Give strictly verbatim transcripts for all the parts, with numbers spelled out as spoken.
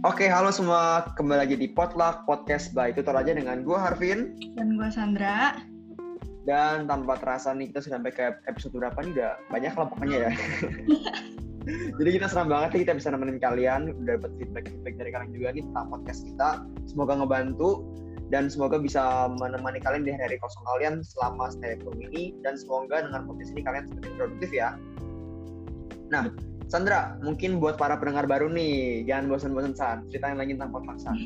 Oke, halo semua. Kembali lagi di Potluck Podcast by Tutor Aja dengan gue Harvin. Dan gue Sandra. Dan tanpa terasa nih, kita sudah sampai ke episode berapa nih? Udah banyak lah pokoknya ya. Jadi kita senang banget nih kita bisa nemenin kalian. Udah dapat feedback-feedback dari kalian juga nih tentang podcast kita. Semoga ngebantu. Dan semoga bisa menemani kalian di hari kosong kalian selama stay at home ini. Dan semoga dengan podcast ini kalian semakin produktif ya. Nah, Sandra, mungkin buat para pendengar baru nih, jangan bosan-bosan San, ceritain lagi tentang Potluck San.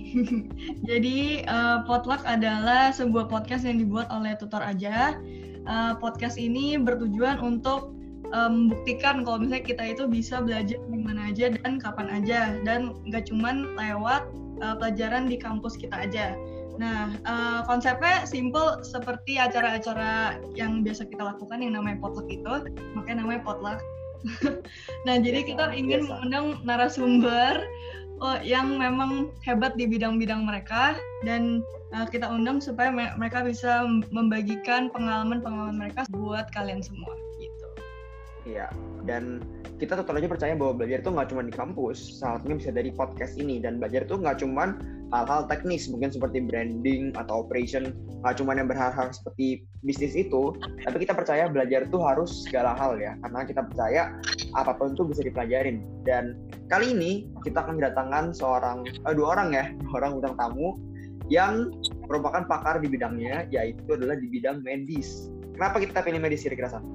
Jadi uh, Potluck adalah sebuah podcast yang dibuat oleh Tutor Aja. Uh, podcast ini bertujuan untuk um, membuktikan kalau misalnya kita itu bisa belajar di mana aja dan kapan aja, dan nggak cuman lewat uh, pelajaran di kampus kita aja. Nah, uh, konsepnya simple seperti acara-acara yang biasa kita lakukan yang namanya Potluck itu, makanya namanya Potluck. Nah, jadi biasa, kita ingin biasa. mengundang narasumber oh, yang memang hebat di bidang-bidang mereka, dan uh, kita undang supaya me- mereka bisa membagikan pengalaman-pengalaman mereka buat kalian semua gitu. Iya, dan kita tetap aja percaya bahwa belajar itu nggak cuma di kampus, salah satunya bisa dari podcast ini. Dan belajar itu nggak cuma hal-hal teknis, mungkin seperti branding atau operation, nggak cuma yang berhal-hal seperti bisnis itu, tapi kita percaya belajar itu harus segala hal ya, karena kita percaya apapun itu bisa dipelajarin. Dan kali ini kita akan kedatangan seorang, eh, dua orang ya, dua orang bintang tamu yang merupakan pakar di bidangnya, yaitu adalah di bidang medis. Kenapa kita pilih medis kira-kira, San?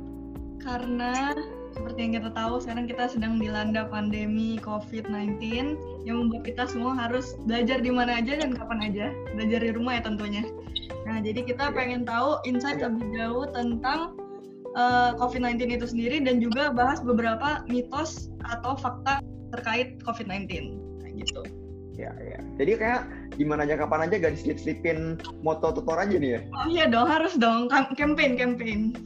Karena seperti yang kita tahu sekarang kita sedang dilanda pandemi covid sembilan belas yang membuat kita semua harus belajar di mana aja dan kapan aja, belajar di rumah ya tentunya. Nah, jadi kita pengen tahu insight lebih jauh tentang uh, covid sembilan belas itu sendiri, dan juga bahas beberapa mitos atau fakta terkait covid sembilan belas. Nah, gitu. Ya, ya. Jadi kayak gimana aja kapan aja gak diselip-selipin moto tutor aja nih ya? Oh iya dong, harus dong. Campaign, campaign.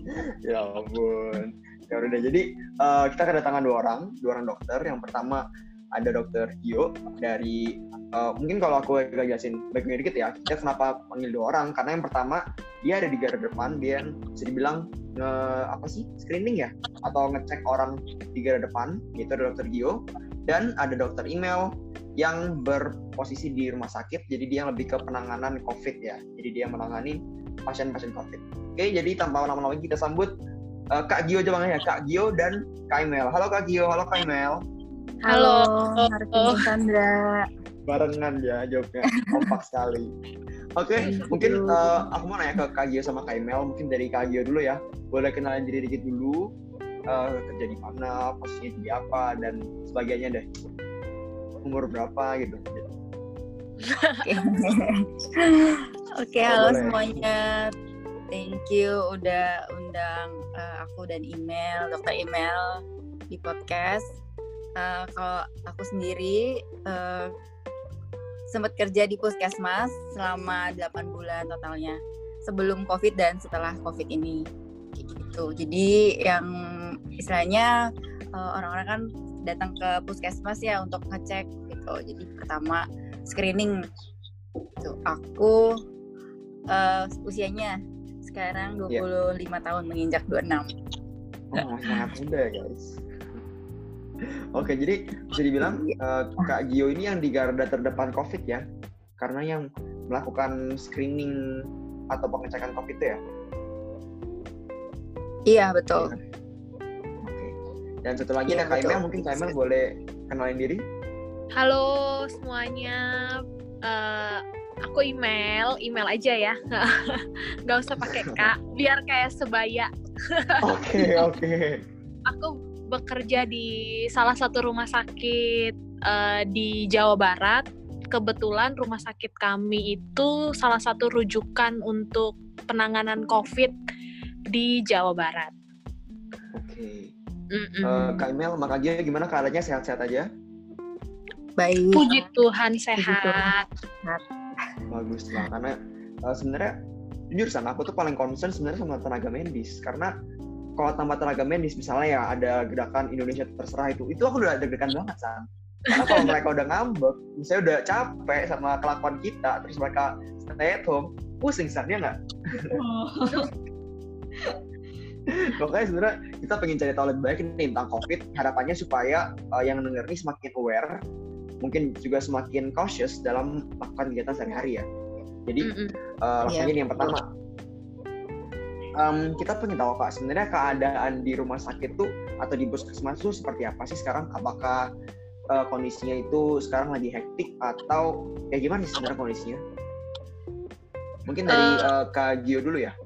Ya ampun. Ya udah deh. Jadi uh, kita kedatangan dua orang, dua orang dokter. Yang pertama ada dokter Gio dari uh, mungkin kalau aku agak jelasin background dikit ya. Kita kenapa panggil dua orang? Karena yang pertama dia ada di garda depan, dia yang bisa dibilang nge, apa sih screening ya, atau ngecek orang di garda depan. Itu ada dokter Gio. Dan ada dokter Email yang berposisi di rumah sakit, jadi dia lebih ke penanganan COVID ya. Jadi dia menangani pasien-pasien COVID. Oke, jadi tanpa lama-lama lagi kita sambut uh, Kak Gio aja bang ya, Kak Gio dan Kak Email. Halo Kak Gio, halo Kak Email. Halo, Harvin Sandra. Barengan ya jawabnya, kompak sekali. Oke, okay, mungkin uh, aku mau nanya ke Kak Gio sama Kak Email. Mungkin dari Kak Gio dulu ya. Boleh kenalin diri dikit dulu, uh, kerja di mana, posisinya jadi apa, dan sebagainya deh. Umur berapa gitu. Oke, okay, halo boleh. Semuanya. Thank you udah undang uh, aku dan Email, dokter Email di podcast. Uh, kalau aku sendiri uh, sempat kerja di Puskesmas selama delapan bulan totalnya. Sebelum COVID dan setelah COVID ini. Gitu. Jadi yang istilahnya uh, orang-orang kan datang ke puskesmas ya untuk ngecek gitu. Jadi pertama screening. Gitu. Aku uh, usianya sekarang dua puluh lima yeah. tahun, menginjak dua puluh enam. Oh, sangat muda ya guys. Oke, jadi bisa dibilang uh, Kak Gio ini yang di garda terdepan COVID ya, karena yang melakukan screening atau pengecekan COVID itu ya? Iya, betul. Ya. Dan satu lagi ya, ada Kak Email, mungkin Kak Email boleh kenalin diri. Halo semuanya, uh, aku Email, Email aja ya, nggak usah pakai Kak, biar kayak sebaya. Oke oke. Aku bekerja di salah satu rumah sakit uh, di Jawa Barat. Kebetulan rumah sakit kami itu salah satu rujukan untuk penanganan COVID di Jawa Barat. Oke. Uh, Kak Email, sama Kak Gio gimana keadaannya, sehat-sehat aja? Baik. Puji Tuhan sehat. Sehat. Bagus lah, karena uh, sebenarnya jujur San, aku tuh paling concern sebenarnya sama tenaga medis. Karena kalau tambah tenaga medis, misalnya ya ada gerakan Indonesia Terserah itu, itu aku udah deg-degan banget San. Karena kalau mereka udah ngambek, misalnya udah capek sama kelakuan kita, terus mereka stay at home, pusing San, ya nggak? Makanya sebenarnya kita pengen cari tahu lebih banyak nih tentang COVID. Harapannya supaya uh, yang denger ini semakin aware mungkin juga semakin cautious dalam melakukan kegiatan sehari-hari ya. Jadi Mm-mm. uh, langsung Iya. aja nih yang pertama. Um, kita pengen tahu Kak, sebenarnya keadaan di rumah sakit tuh atau di puskesmas tuh seperti apa sih sekarang? Apakah uh, kondisinya itu sekarang lagi hektik atau ya gimana sih sebenarnya kondisinya? Mungkin dari uh, Kak Gio dulu ya.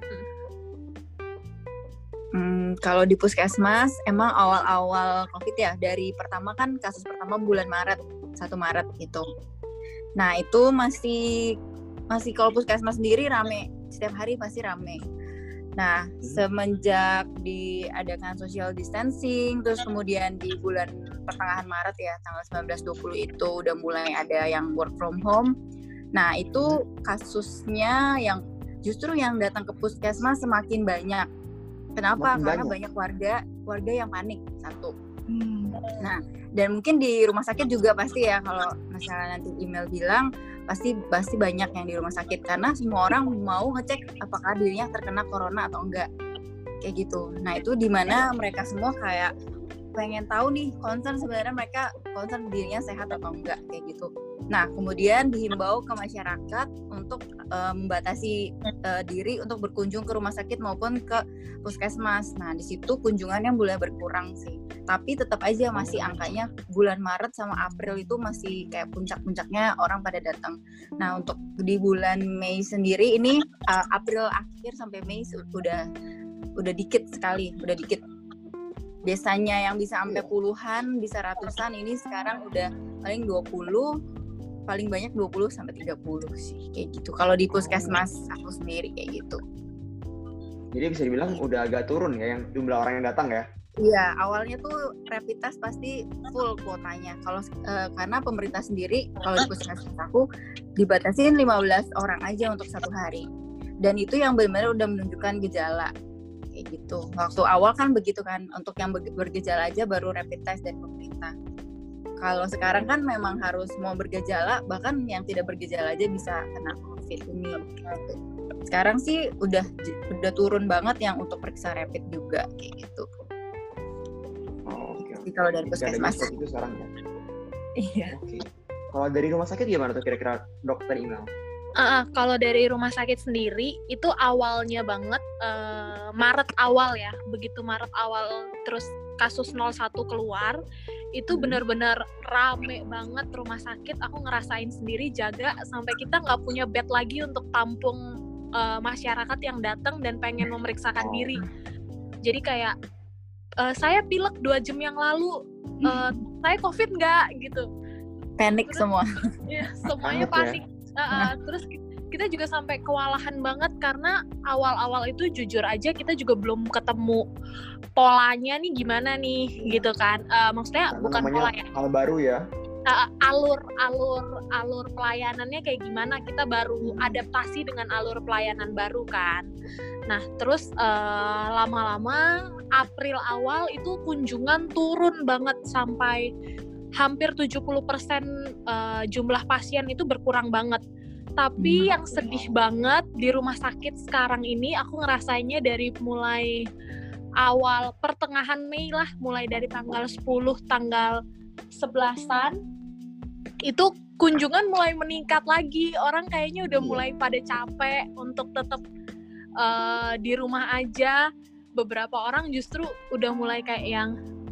Hmm, kalau di puskesmas emang awal-awal COVID ya, dari pertama kan kasus pertama bulan Maret, satu Maret gitu. Nah itu masih masih kalau puskesmas sendiri rame, setiap hari pasti rame. Nah semenjak diadakan social distancing, terus kemudian di bulan pertengahan Maret ya, tanggal sembilan belas dua puluh itu udah mulai ada yang work from home. Nah itu kasusnya yang justru yang datang ke puskesmas semakin banyak. Kenapa? Makin Karena banyak. banyak warga warga yang panik satu. Hmm. Nah, dan mungkin di rumah sakit juga pasti ya, kalau misalnya nanti email bilang pasti pasti banyak yang di rumah sakit karena semua orang mau ngecek apakah dirinya terkena corona atau enggak. Kayak gitu. Nah, itu di mana mereka semua kayak pengen tahu nih, concern sebenarnya mereka concern dirinya sehat atau enggak kayak gitu. Nah, kemudian dihimbau ke masyarakat untuk uh, membatasi uh, diri untuk berkunjung ke rumah sakit maupun ke puskesmas. Nah, di situ kunjungannya mulai berkurang sih. Tapi tetap aja masih angkanya bulan Maret sama April itu masih kayak puncak-puncaknya orang pada datang. Nah, untuk di bulan Mei sendiri ini uh, April akhir sampai Mei udah udah dikit sekali, udah dikit. Biasanya yang bisa sampai puluhan, bisa ratusan, ini sekarang udah paling dua puluh, paling banyak dua puluh sampai tiga puluh sih kayak gitu. Kalau di puskesmas aku sendiri kayak gitu. Jadi bisa dibilang udah agak turun ya yang jumlah orang yang datang ya. Iya, awalnya tuh rapid test pasti full kuotanya. Kalau uh, karena pemerintah sendiri kalau di puskesmas aku dibatasin lima belas orang aja untuk satu hari. Dan itu yang benar-benar udah menunjukkan gejala. Kayak gitu. Waktu awal kan begitu kan, untuk yang bergejala aja baru rapid test dari pemerintah. Kalau sekarang kan memang harus mau bergejala, bahkan yang tidak bergejala aja bisa kena COVID ini. Sekarang sih udah udah turun banget yang untuk periksa rapid juga kayak gitu. Oh, oke. Jadi kalau dari puskesmas itu sekarang ya. Iya. Oke. Kalau dari rumah sakit gimana tuh kira-kira dokter email? Uh, kalau dari rumah sakit sendiri itu awalnya banget uh, Maret awal ya, begitu Maret awal terus kasus nol satu keluar itu hmm. benar-benar rame banget rumah sakit. Aku ngerasain sendiri jaga sampai kita nggak punya bed lagi untuk tampung uh, masyarakat yang datang dan pengen memeriksakan oh. diri. Jadi kayak uh, saya pilek dua jam yang lalu, uh, saya COVID nggak gitu. Panik terus, semua. Ya, semuanya panik. Ya? Uh, uh, terus kita juga sampai kewalahan banget karena awal-awal itu jujur aja kita juga belum ketemu polanya nih gimana nih gitu kan. Uh, maksudnya karena bukan pola ya. Hal baru ya. Uh, alur alur alur pelayanannya kayak gimana, kita baru adaptasi dengan alur pelayanan baru kan. Nah terus uh, lama-lama April awal itu kunjungan turun banget sampai hampir tujuh puluh persen uh, jumlah pasien itu berkurang banget. Tapi hmm. yang sedih banget di rumah sakit sekarang ini aku ngerasainnya dari mulai awal pertengahan Mei lah, mulai dari tanggal sepuluh, tanggal sebelasan itu kunjungan mulai meningkat lagi. Orang kayaknya udah mulai pada capek untuk tetap uh, di rumah aja. Beberapa orang justru udah mulai kayak yang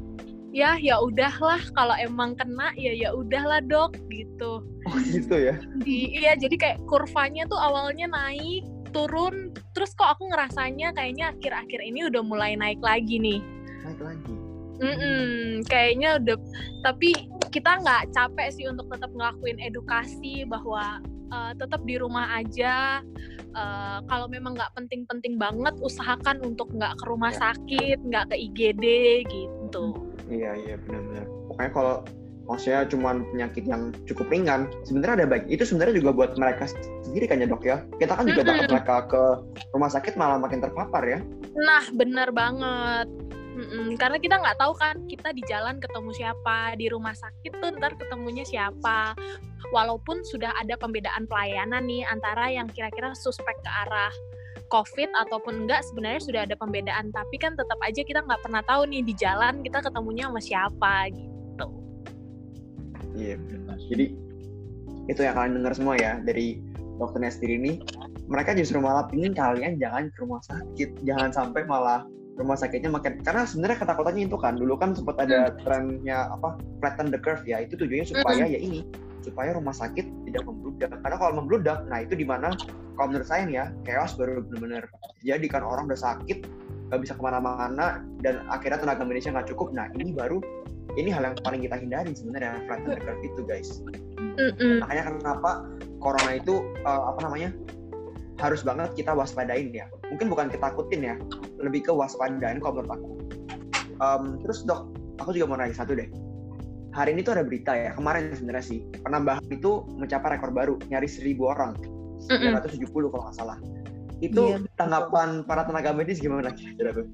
ya ya udahlah, kalau emang kena ya ya udahlah dok gitu. Oh gitu ya. Di, iya jadi kayak kurvanya tuh awalnya naik turun, terus kok aku ngerasanya kayaknya akhir-akhir ini udah mulai naik lagi nih. Naik lagi. Mm-mm, kayaknya udah, tapi kita nggak capek sih untuk tetap ngelakuin edukasi bahwa uh, tetap di rumah aja. Uh, kalau memang nggak penting-penting banget, usahakan untuk nggak ke rumah sakit, nggak ke I G D gitu. Iya iya benar-benar. Pokoknya kalau maksudnya cuma penyakit yang cukup ringan, sebenarnya ada baik. Itu sebenarnya juga buat mereka sendiri kan ya dok ya. Kita kan juga takut mereka ke rumah sakit malah makin terpapar ya. Nah benar banget. Mm-mm, karena kita nggak tahu kan kita di jalan ketemu siapa, di rumah sakit tuh ntar ketemunya siapa. Walaupun sudah ada pembedaan pelayanan nih antara yang kira-kira suspek ke arah COVID ataupun enggak, sebenarnya sudah ada pembedaan, tapi kan tetap aja kita nggak pernah tahu nih di jalan kita ketemunya sama siapa gitu. Iya. Jadi itu yang kalian dengar semua ya dari dokternya sendiri nih. Mereka justru malah pingin kalian jangan ke rumah sakit, jangan sampai malah rumah sakitnya makin, karena sebenarnya ketakutannya itu kan dulu kan sempat ada trennya apa flatten the curve ya, itu tujuannya supaya ya ini supaya rumah sakit tidak membludak, karena kalau membludak nah itu dimana kalau menurut saya nih ya chaos baru benar-benar jadi kan, orang udah sakit nggak bisa kemana-mana dan akhirnya tenaga medisnya nggak cukup. Nah ini baru ini hal yang paling kita hindari sebenarnya, flatten the curve itu guys. Mm-mm. Makanya kenapa corona itu uh, apa namanya harus banget kita waspadain ya. Mungkin bukan kita takutin ya, lebih ke waspadain kalau menurut aku. Um, terus dok, aku juga mau nanya satu deh. Hari ini tuh ada berita ya, kemarin sebenarnya sih, penambahan itu mencapai rekor baru, nyaris seribu orang, sembilan ratus tujuh puluh kalau nggak salah. Itu iya, tanggapan para tenaga medis gimana kira-kira tuh?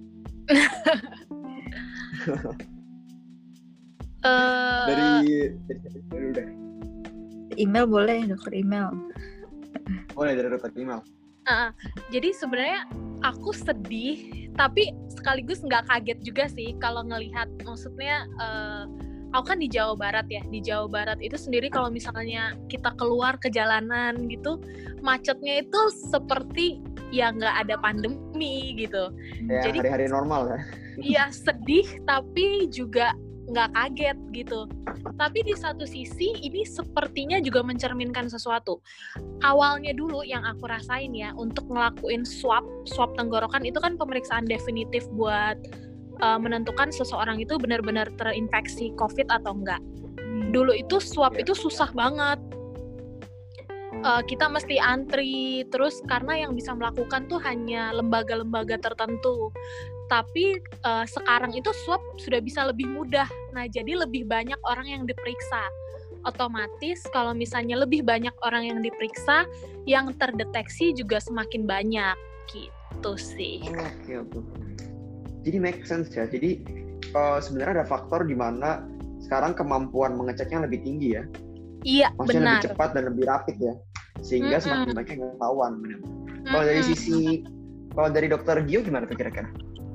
uh... dari dari dari udah. Email boleh, dokter email. Boleh dari dokter email. Uh, jadi sebenarnya aku sedih, tapi sekaligus nggak kaget juga sih kalau ngelihat, maksudnya uh, aku kan di Jawa Barat ya, di Jawa Barat itu sendiri kalau misalnya kita keluar ke jalanan gitu, macetnya itu seperti ya nggak ada pandemi gitu. Ya, jadi hari-hari normal ya. Iya sedih, tapi juga nggak kaget gitu. Tapi di satu sisi ini sepertinya juga mencerminkan sesuatu. Awalnya dulu yang aku rasain ya, untuk ngelakuin swab swab tenggorokan itu kan pemeriksaan definitif buat uh, menentukan seseorang itu benar-benar terinfeksi COVID atau enggak. Dulu itu swab itu susah banget. Uh, kita mesti antri, terus karena yang bisa melakukan tuh hanya lembaga-lembaga tertentu. Tapi uh, sekarang itu swab sudah bisa lebih mudah. Nah, jadi lebih banyak orang yang diperiksa. Otomatis kalau misalnya lebih banyak orang yang diperiksa, yang terdeteksi juga semakin banyak. Gitu sih. Oke, okay, oke. Okay. Jadi make sense ya. Jadi uh, sebenarnya ada faktor di mana sekarang kemampuan mengeceknya lebih tinggi ya. Iya, maksudnya benar. Lebih cepat dan lebih rapid ya. Sehingga mm-hmm. semakin banyak yang ketahuan. Mm-hmm. Kalau dari sisi, kalau dari dokter Gio gimana tuh kira-kira?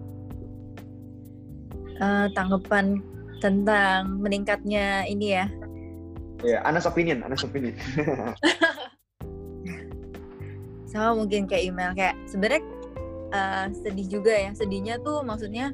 Uh, tanggapan tentang meningkatnya ini ya. Ya, yeah, Anas opinion, Anas opinion. Sama mungkin kayak email, kayak sebenarnya uh, sedih juga ya. Sedihnya tuh maksudnya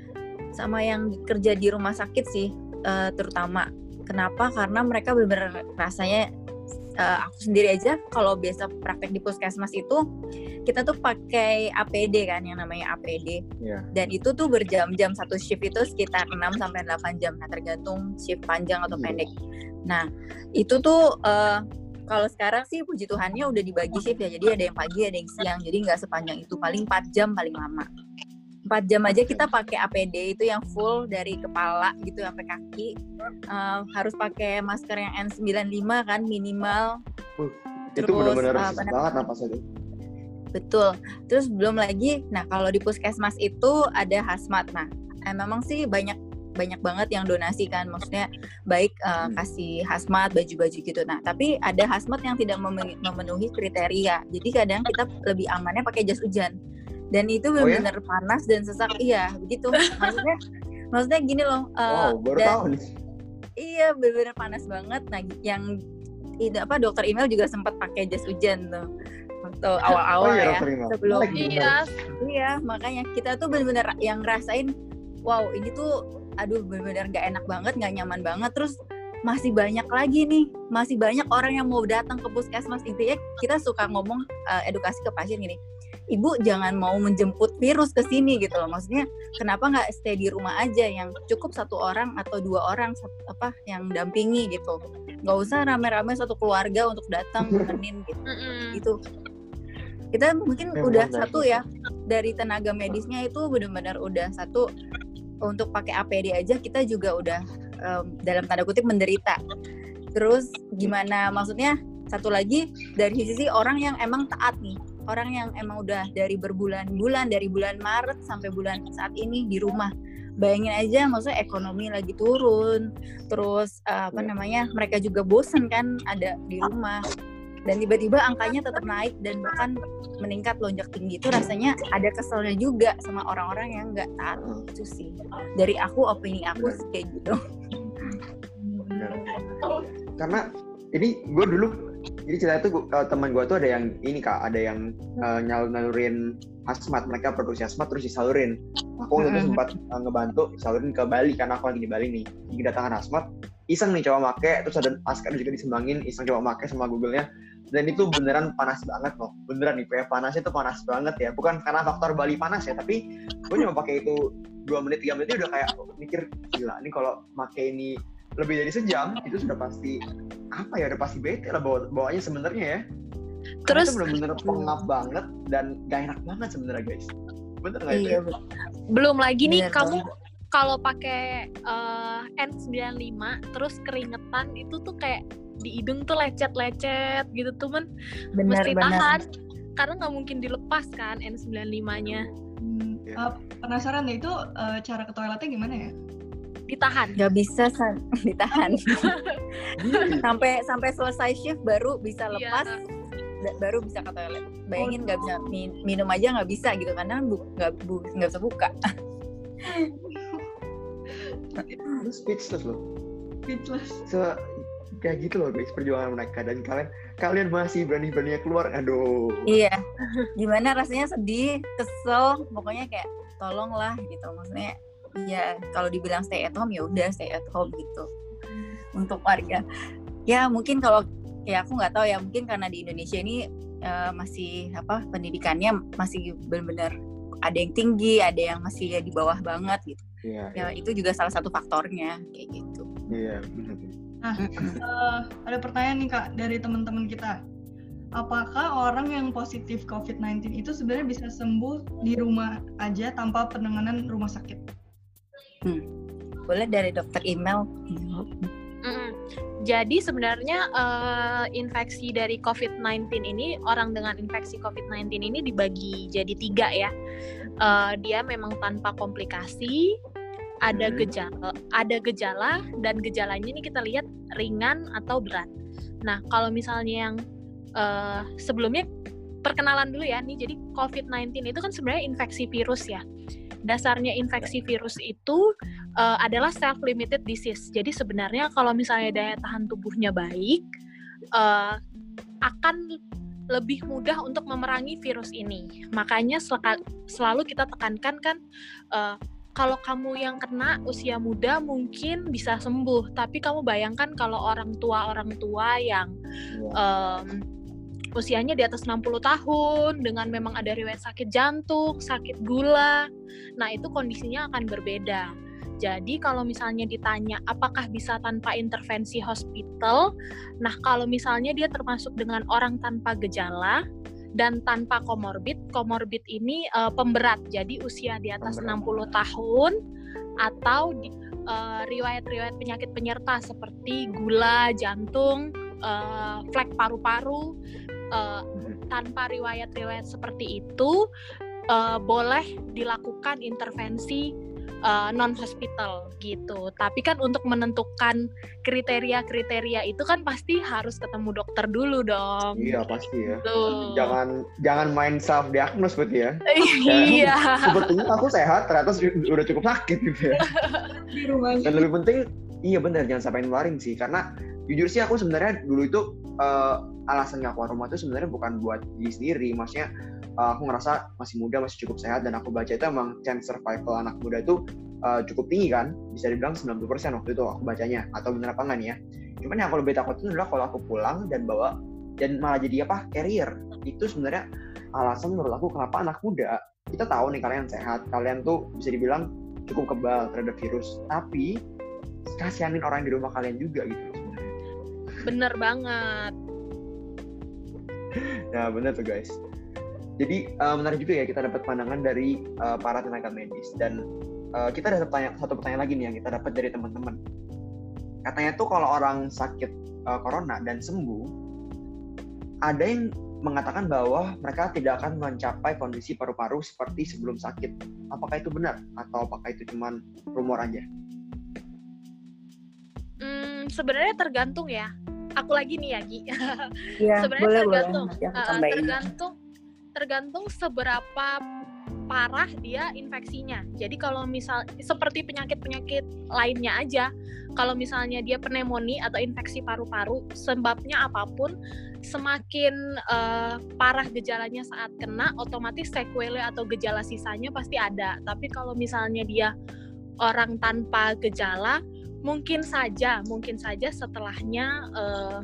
sama yang kerja di rumah sakit sih, uh, terutama. Kenapa? Karena mereka benar-benar rasanya uh, aku sendiri aja kalau biasa praktek di puskesmas itu kita tuh pakai A P D kan, yang namanya A P D. Yeah. Dan itu tuh berjam-jam, satu shift itu sekitar enam sampai delapan jam, nah tergantung shift panjang atau yeah. pendek. Nah, itu tuh uh, kalau sekarang sih puji Tuhannya udah dibagi shift ya. Jadi ada yang pagi, ada yang siang. Jadi nggak sepanjang itu, paling empat jam paling lama. empat jam aja kita pakai A P D itu yang full dari kepala gitu sampai kaki. Uh, harus pakai masker yang N sembilan puluh lima kan minimal. Uh, itu terus, benar-benar uh, banget napas aja. Betul. Terus belum lagi, nah kalau di puskesmas itu ada hazmat. Nah, eh, memang sih banyak banyak banget yang donasi kan, maksudnya baik uh, hmm. kasih hazmat, baju-baju gitu. Nah, tapi ada hazmat yang tidak memenuhi kriteria. Jadi kadang kita lebih amannya pakai jas hujan. Dan itu benar-benar oh, ya? Panas dan sesak. Iya, begitu. Maksudnya maksudnya gini loh. Uh, wow, baru dan, tahu nih. Iya, benar-benar panas banget. Nah, yang tidak apa dokter email juga sempat pakai jas hujan tuh. Waktu awal-awal oh, iya, ya. Sebelum iya. Iya, makanya kita tuh benar-benar yang ngerasain wow, ini tuh aduh benar-benar gak enak banget, gak nyaman banget. Terus masih banyak lagi nih, masih banyak orang yang mau datang ke puskesmas. Intinya kita suka ngomong uh, edukasi ke pasien gini, ibu jangan mau menjemput virus ke sini gitu loh. Maksudnya kenapa nggak stay di rumah aja, yang cukup satu orang atau dua orang apa yang dampingi gitu. Nggak usah rame-rame satu keluarga untuk datang nemenin gitu. Gitu. Kita mungkin ya, udah satu ya dari tenaga medisnya itu benar-benar udah satu untuk pakai A P D aja kita juga udah um, dalam tanda kutip menderita. Terus gimana maksudnya satu lagi dari sisi orang yang emang taat nih. Orang yang emang udah dari berbulan-bulan, dari bulan Maret sampai bulan saat ini di rumah. Bayangin aja, maksudnya ekonomi lagi turun, terus uh, apa namanya, mereka juga bosen kan ada di rumah. Dan tiba-tiba angkanya tetap naik dan bahkan meningkat lonjak tinggi. Itu rasanya ada keselnya juga sama orang-orang yang nggak taat itu sih. Dari aku, opini aku kayak gitu. Benar. Karena ini gue dulu, jadi cerita tuh uh, teman gue tuh ada yang ini kak, ada yang uh, nyalur-nyalurin hazmat, mereka produksi hazmat terus disalurin. Aku waktu itu sempat uh, ngebantu salurin ke Bali karena aku lagi di Bali nih. Di kedatangan hazmat, iseng nih coba make, terus ada masker juga disembangin, iseng coba make sama Google-nya. Dan itu beneran panas banget loh, beneran nih, P F panasnya tuh panas banget ya. Bukan karena faktor Bali panas ya, tapi gue cuma pakai itu dua menit, tiga menit udah kayak mikir, gila, ini kalau make ini lebih dari sejam, itu sudah pasti, apa ya, udah pasti bete lah bawa, bawanya sebenarnya ya. Terus itu bener-bener pengap banget dan gak enak banget sebenarnya guys. Bener gak itu? Iya, belum lagi nih bener kamu banget. kalau pakai uh, N sembilan puluh lima terus keringetan itu tuh kayak di hidung tuh lecet-lecet gitu tuh men, Bener, mesti bener. tahan karena nggak mungkin dilepas kan N sembilan puluh lima-nya. Hmm, uh, penasaran deh itu uh, cara ke toiletnya gimana ya? Ditahan. Gak bisa san ditahan sampai sampai selesai shift baru bisa lepas. Iya. Da- baru bisa ke toilet. Bayangin nggak bisa min- minum aja nggak bisa gitu karena nggak bu- nggak bisa buka. Lu speechless loh. Speechless. Se kayak gitu loh guys perjuangan mereka, dan kalian kalian masih berani-beraninya keluar. Aduh. Iya. Gimana rasanya, sedih, kesel, pokoknya kayak tolonglah gitu. Maksudnya ya kalau dibilang stay at home ya udah stay at home gitu. Untuk warga. Ya mungkin kalau ya aku nggak tahu ya, mungkin karena di Indonesia ini uh, masih apa pendidikannya masih benar-benar ada yang tinggi, ada yang masih ya di bawah banget gitu. Iya. Ya itu juga salah satu faktornya kayak gitu. Iya, benar. Nah, uh, ada pertanyaan nih Kak dari teman-teman kita. Apakah orang yang positif covid sembilan belas itu sebenarnya bisa sembuh di rumah aja tanpa penanganan rumah sakit? Hmm. Boleh dari dokter email. Mm-mm. Jadi sebenarnya uh, infeksi dari covid sembilan belas ini, orang dengan infeksi covid sembilan belas ini dibagi jadi tiga ya. Uh, dia memang tanpa komplikasi, ada Hmm. gejala, ada gejala dan gejalanya ini kita lihat ringan atau berat. Nah kalau misalnya yang uh, sebelumnya perkenalan dulu ya nih, jadi covid sembilan belas itu kan sebenarnya infeksi virus ya. Dasarnya infeksi virus itu uh, adalah self-limited disease. Jadi sebenarnya kalau misalnya daya tahan tubuhnya baik, uh, akan lebih mudah untuk memerangi virus ini. Makanya sel- selalu kita tekankan kan, uh, kalau kamu yang kena usia muda mungkin bisa sembuh, tapi kamu bayangkan kalau orang tua-orang tua yang um, usianya di atas enam puluh tahun dengan memang ada riwayat sakit jantung, sakit gula. Nah, itu kondisinya akan berbeda. Jadi kalau misalnya ditanya apakah bisa tanpa intervensi hospital? Nah, kalau misalnya dia termasuk dengan orang tanpa gejala dan tanpa komorbid. Komorbid ini uh, pemberat. Jadi usia di atas Pemberat. enam puluh tahun atau di, uh, riwayat-riwayat penyakit penyerta seperti gula, jantung, uh, flek paru-paru. Uh, tanpa riwayat-riwayat seperti itu uh, boleh dilakukan intervensi uh, non-hospital gitu. Tapi kan untuk menentukan kriteria-kriteria itu kan pasti harus ketemu dokter dulu dong. Iya pasti ya. Tuh. Jangan jangan main self diagnose berarti ya. Iya. Sebetulnya aku sehat, ternyata udah cukup sakit gitu ya. Di rumah aja. Dan lebih penting, iya benar, jangan sampai nularin sih. Karena jujur sih aku sebenarnya dulu itu uh, alasan gak keluar rumah itu sebenarnya bukan buat diri sendiri. Maksudnya uh, aku ngerasa masih muda, masih cukup sehat, dan aku baca itu emang chance survival anak muda itu uh, cukup tinggi kan. Bisa dibilang sembilan puluh persen waktu itu aku bacanya. Atau bener apa enggak nih ya. Cuman yang aku lebih takutin adalah kalau aku pulang dan bawa, dan malah jadi apa, carrier. Itu sebenarnya alasan menurut aku kenapa anak muda, kita tahu nih kalian sehat, kalian tuh bisa dibilang cukup kebal terhadap virus, tapi kasihanin orang di rumah kalian juga gitu sebenarnya. Bener banget. Nah benar tuh guys. Jadi uh, menarik juga ya kita dapat pandangan dari uh, para tenaga medis, dan uh, kita ada pertanyaan, satu pertanyaan lagi nih yang kita dapat dari teman-teman. Katanya tuh kalau orang sakit uh, corona dan sembuh, ada yang mengatakan bahwa mereka tidak akan mencapai kondisi paru-paru seperti sebelum sakit. Apakah itu benar atau apakah itu cuma rumor aja? Hmm, sebenarnya tergantung ya. Aku lagi nih ya, Gi. Iya, Sebenarnya boleh tergantung, boleh. Nanti aku uh, tambahin. tergantung, tergantung seberapa parah dia infeksinya. Jadi kalau misal seperti penyakit-penyakit lainnya aja, kalau misalnya dia pneumonia atau infeksi paru-paru, sebabnya apapun, semakin uh, parah gejalanya saat kena, otomatis sequelae atau gejala sisanya pasti ada. Tapi kalau misalnya dia orang tanpa gejala, mungkin saja, mungkin saja setelahnya uh,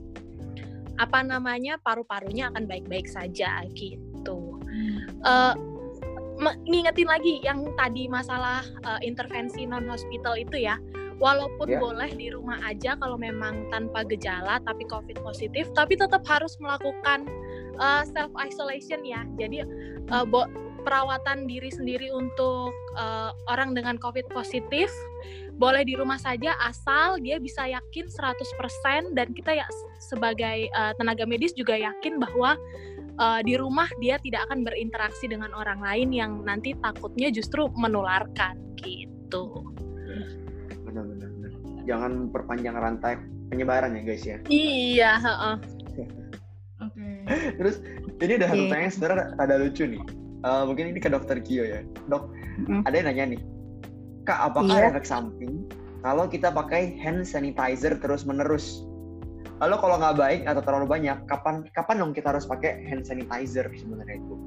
apa namanya paru-parunya akan baik-baik saja gitu. Uh, ngingetin lagi yang tadi masalah uh, intervensi non hospital itu ya, walaupun yeah. boleh di rumah aja kalau memang tanpa gejala tapi COVID positif, tapi tetap harus melakukan uh, self isolation ya. Jadi uh, bo- perawatan diri sendiri untuk uh, orang dengan COVID positif boleh di rumah saja asal dia bisa yakin seratus persen, dan kita ya sebagai uh, tenaga medis juga yakin bahwa Uh, di rumah dia tidak akan berinteraksi dengan orang lain yang nanti takutnya justru menularkan gitu. Benar-benar. Jangan perpanjang rantai penyebaran ya guys ya. Iya. Uh-uh. Oke. Okay. Terus ini ada satu yeah. pertanyaan sebenarnya ada lucu nih. Uh, mungkin ini ke dokter Kio ya. Dok, mm. ada yang nanya nih. Kak, apakah yeah. efek samping kalau kita pakai hand sanitizer terus-menerus? Lalu kalau nggak baik atau terlalu banyak, kapan kapan dong kita harus pakai hand sanitizer sebenarnya itu?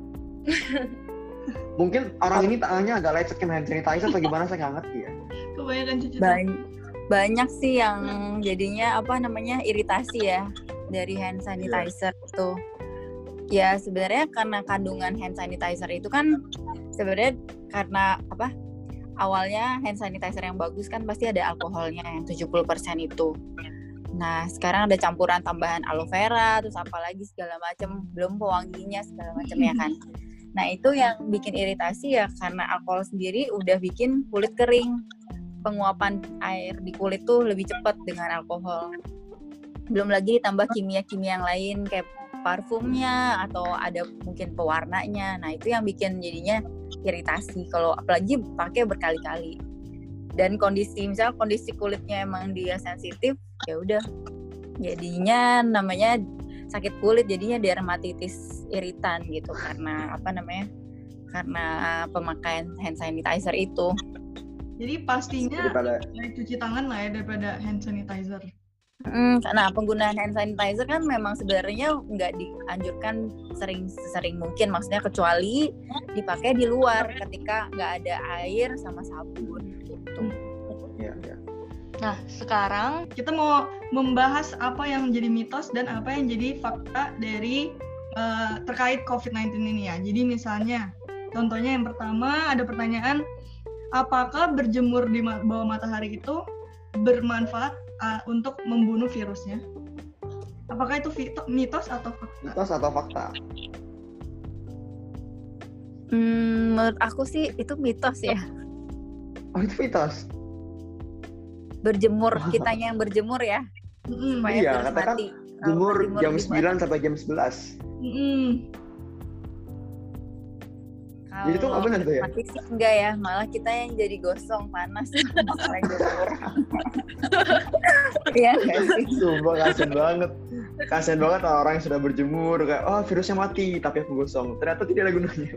Mungkin orang ini tangannya agak lecet kan hand sanitizer atau gimana, saya nggak ngerti ya. Kebanyakan cuci banyak, banyak sih yang jadinya apa namanya iritasi ya dari hand sanitizer yeah. itu. Ya sebenarnya karena kandungan hand sanitizer itu kan sebenarnya karena apa? Awalnya hand sanitizer yang bagus kan pasti ada alkoholnya yang tujuh puluh persen itu. Nah, sekarang ada campuran tambahan aloe vera, terus apalagi segala macam, belum pewanginya segala macam ya kan. Nah, itu yang bikin iritasi ya karena alkohol sendiri udah bikin kulit kering. Penguapan air di kulit tuh lebih cepat dengan alkohol. Belum lagi ditambah kimia-kimia yang lain kayak parfumnya atau ada mungkin pewarnanya. Nah, itu yang bikin jadinya iritasi kalau apalagi pakai berkali-kali. Dan kondisi misal kondisi kulitnya emang dia sensitif, ya udah jadinya namanya sakit kulit, jadinya dermatitis iritan gitu karena apa namanya karena pemakaian hand sanitizer itu. Jadi pastinya daripada cuci tangan lah ya daripada hand sanitizer. Hmm, nah penggunaan hand sanitizer kan memang sebenarnya nggak dianjurkan sering sering mungkin, maksudnya kecuali dipakai di luar ketika nggak ada air sama sabun gitu. Ya, ya. Nah sekarang kita mau membahas apa yang menjadi mitos dan apa yang jadi fakta dari uh, terkait covid sembilan belas ini ya. Jadi misalnya contohnya yang pertama ada pertanyaan, apakah berjemur di bawah matahari itu bermanfaat uh, untuk membunuh virusnya? Apakah itu fito- mitos atau fakta? Mitos atau fakta? Hmm, menurut aku sih itu mitos ya. Oh, itu mitos? Berjemur, kitanya yang berjemur ya. Mm-hmm. Supaya iya, virus katakan mati. jemur jam di sembilan mati. sampai jam sebelas. Mm-hmm. Jadi itu nggak benar tuh ya? Mati sih enggak ya, malah kita yang jadi gosong, panas. Selain jemur. Iya nggak sih? Sumpah kasian banget. Kasian banget orang yang sudah berjemur kayak, oh virusnya mati tapi aku gosong. Ternyata tidak ada gunanya.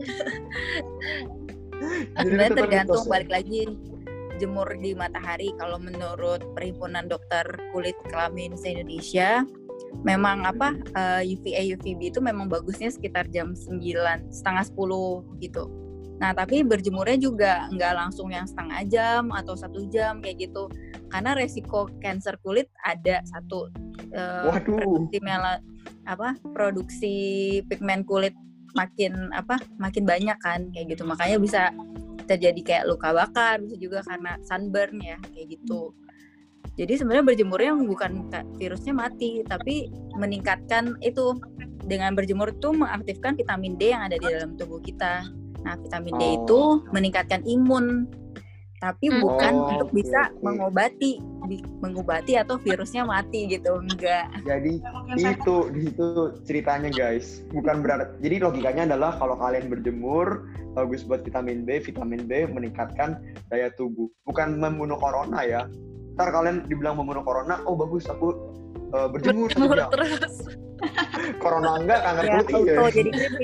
Sebenarnya tergantung, balik lagi jemur di matahari. Kalau menurut Perhimpunan Dokter Kulit Kelamin se-Indonesia, memang apa uh, U V A U V B itu memang bagusnya sekitar jam sembilan setengah sepuluh gitu. Nah tapi berjemurnya juga nggak langsung yang setengah jam atau satu jam kayak gitu, karena resiko kanker kulit ada satu. Uh, Waduh. Produksi mela, apa produksi pigmen kulit makin apa makin banyak kan kayak gitu, makanya bisa terjadi kayak luka bakar, bisa juga karena sunburn ya kayak gitu. Jadi sebenarnya berjemurnya bukan virusnya mati, tapi meningkatkan itu, dengan berjemur itu mengaktifkan vitamin D yang ada di dalam tubuh kita. Nah vitamin D oh. itu meningkatkan imun, tapi bukan oh, untuk okay, bisa okay. mengobati mengobati atau virusnya mati gitu, enggak. Jadi itu itu ceritanya guys, bukan berarti. Jadi logikanya adalah kalau kalian berjemur bagus buat vitamin B, vitamin B meningkatkan daya tubuh, bukan membunuh corona ya. Ntar kalian dibilang membunuh corona, oh bagus aku uh, berjemur satu jam. Terus. Corona enggak, kanker Ya, kulit iya. auto jadi kritik.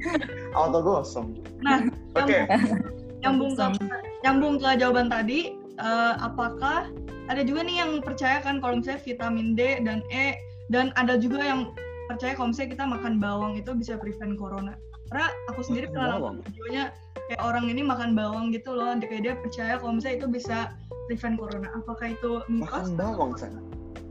Auto gosong. Nah, Oke. Okay. nyambung ke nyambung ke jawaban tadi, uh, apakah ada juga nih yang percaya kan kalau misalnya vitamin D dan E, dan ada juga yang percaya kalau misalnya kita makan bawang itu bisa prevent corona. Karena aku sendiri pernah nonton videonya kayak orang ini makan bawang gitu loh, kayak dia percaya kalau misalnya itu bisa prevent corona. Apakah itu mitos? Makan bawang sana.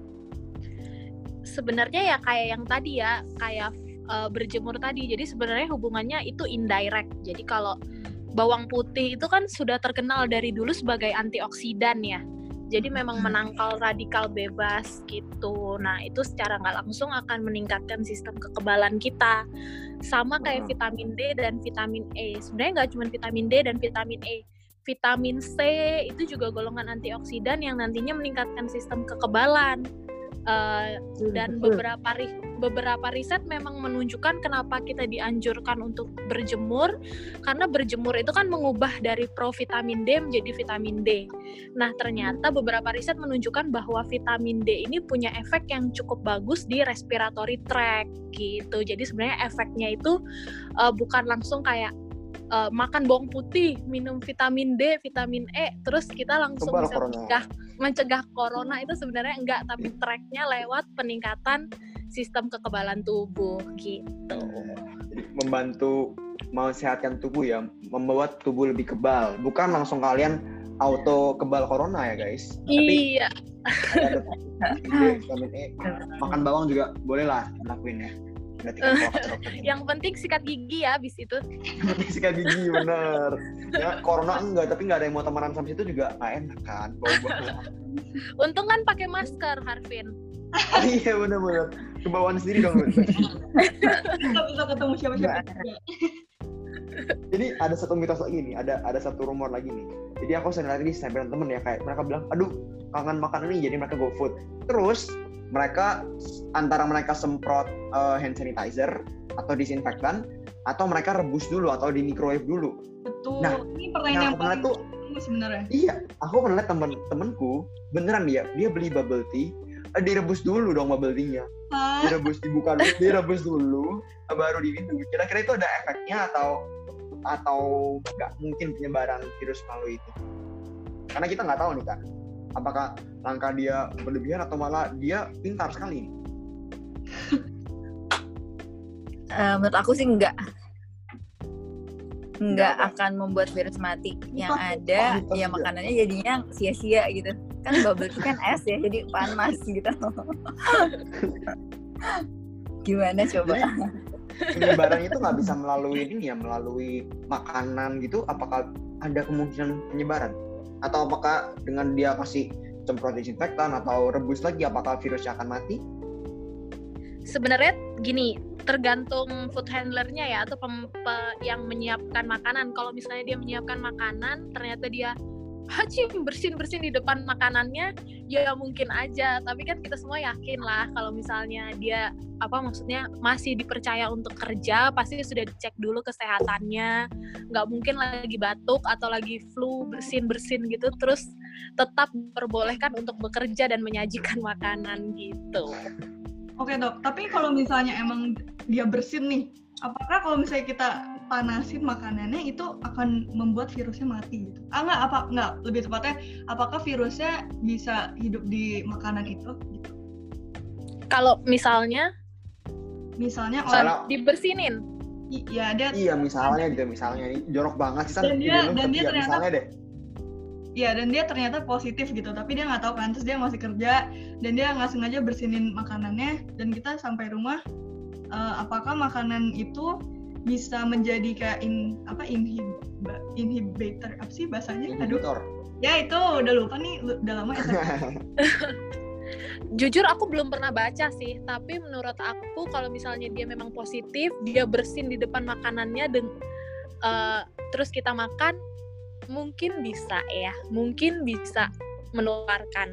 Sebenarnya ya kayak yang tadi ya, kayak uh, berjemur tadi. Jadi sebenarnya hubungannya itu indirect. Jadi kalau bawang putih itu kan sudah terkenal dari dulu sebagai antioksidan ya. Jadi memang menangkal radikal bebas gitu. Nah itu secara nggak langsung akan meningkatkan sistem kekebalan kita. Sama kayak vitamin D dan vitamin E. Sebenarnya nggak cuma vitamin D dan vitamin E. Vitamin C itu juga golongan antioksidan yang nantinya meningkatkan sistem kekebalan. Uh, dan beberapa ri- beberapa riset memang menunjukkan kenapa kita dianjurkan untuk berjemur, karena berjemur itu kan mengubah dari provitamin D menjadi vitamin D. Nah ternyata beberapa riset menunjukkan bahwa vitamin D ini punya efek yang cukup bagus di respiratory tract gitu. Jadi sebenarnya efeknya itu uh, bukan langsung kayak uh, makan bawang putih, minum vitamin D, vitamin E, terus kita langsung Kebal bisa corona. mencegah mencegah corona. Itu sebenarnya enggak, tapi tracknya lewat peningkatan sistem kekebalan tubuh gitu. Jadi membantu mensehatkan tubuh ya, membuat tubuh lebih kebal. Bukan langsung kalian auto kebal corona ya guys. Iya. Tapi ada vitamin E, makan bawang juga boleh lah dilakuin ya. Berarti kan kalau kata dokter. Yang penting sikat gigi ya abis itu. Penting sikat gigi bener. Ya corona enggak, tapi nggak ada yang mau temenan sama situ juga nggak enak kan. Bau-bau. Untung kan pakai masker, Harvin. Iya bener-bener. Kebawaan sendiri dong. Nggak bisa ketemu siapa-siapa. Jadi ada satu mitos lagi nih, ada ada satu rumor lagi nih. Jadi aku sering lagi di snapgram temen ya, kayak mereka bilang, aduh kangen makan ini, jadi mereka go food. Terus mereka antara mereka semprot uh, hand sanitizer atau disinfektan, atau mereka rebus dulu atau di microwave dulu. Betul. Nah, ini pertanyaan yang paling tuh sebenarnya. Iya, aku pernah lihat temen-temenku beneran dia, dia beli bubble tea, eh, direbus dulu dong bubble tea-nya. Hah? Direbus, dibuka dulu, direbus dulu, baru diminum. Kira-kira itu ada efeknya atau atau nggak mungkin penyebaran virus melalui itu? Karena kita nggak tahu nih Kak, apakah langkah dia berlebihan atau malah dia pintar sekali nih? Uh, menurut aku sih enggak. Enggak Enggak, akan membuat virus mati. Yang Oh, ada oh, ya iya. makanannya jadinya sia-sia gitu. Kan bubble tea kan es ya, jadi panas gitu. Gimana coba? Penyebaran itu nggak bisa melalui ini ya, melalui makanan gitu. Apakah ada kemungkinan penyebaran? Atau apakah dengan dia kasih semprot disinfektan atau rebus lagi, apakah virusnya akan mati? Sebenarnya gini, tergantung food handlernya ya, atau pem- pe- yang menyiapkan makanan. Kalau misalnya dia menyiapkan makanan, ternyata dia hacim bersin-bersin di depan makanannya, ya mungkin aja. Tapi kan kita semua yakin lah kalau misalnya dia apa maksudnya masih dipercaya untuk kerja, pasti sudah dicek dulu kesehatannya. Nggak mungkin lagi batuk atau lagi flu bersin-bersin gitu terus tetap diperbolehkan untuk bekerja dan menyajikan makanan gitu. Oke dok, tapi kalau misalnya emang dia bersin nih, apakah kalau misalnya kita panasin makanannya itu akan membuat virusnya mati gitu? Ah nggak, apa nggak? Lebih tepatnya, apakah virusnya bisa hidup di makanan itu? Gitu. Kalau misalnya, Misalnya Misalnya- orang, dibersinin, iya dia, Iya misalnya gitu, misalnya ini jorok banget sih. Dan dia- dan dia ya, ternyata- misalnya deh. ya dan dia ternyata positif gitu, tapi dia nggak tahu kan, terus dia masih kerja dan dia nggak sengaja bersinin makanannya dan kita sampai rumah, uh, apakah makanan itu bisa menjadi kayak in, apa inhib, inhibitor apa sih bahasanya? Aduh. Inhibitor. Ya itu udah lupa nih, udah lama ya. jujur aku belum pernah baca sih, tapi menurut aku kalau misalnya dia memang positif, dia bersin di depan makanannya dan uh, terus kita makan, mungkin bisa ya, mungkin bisa menularkan.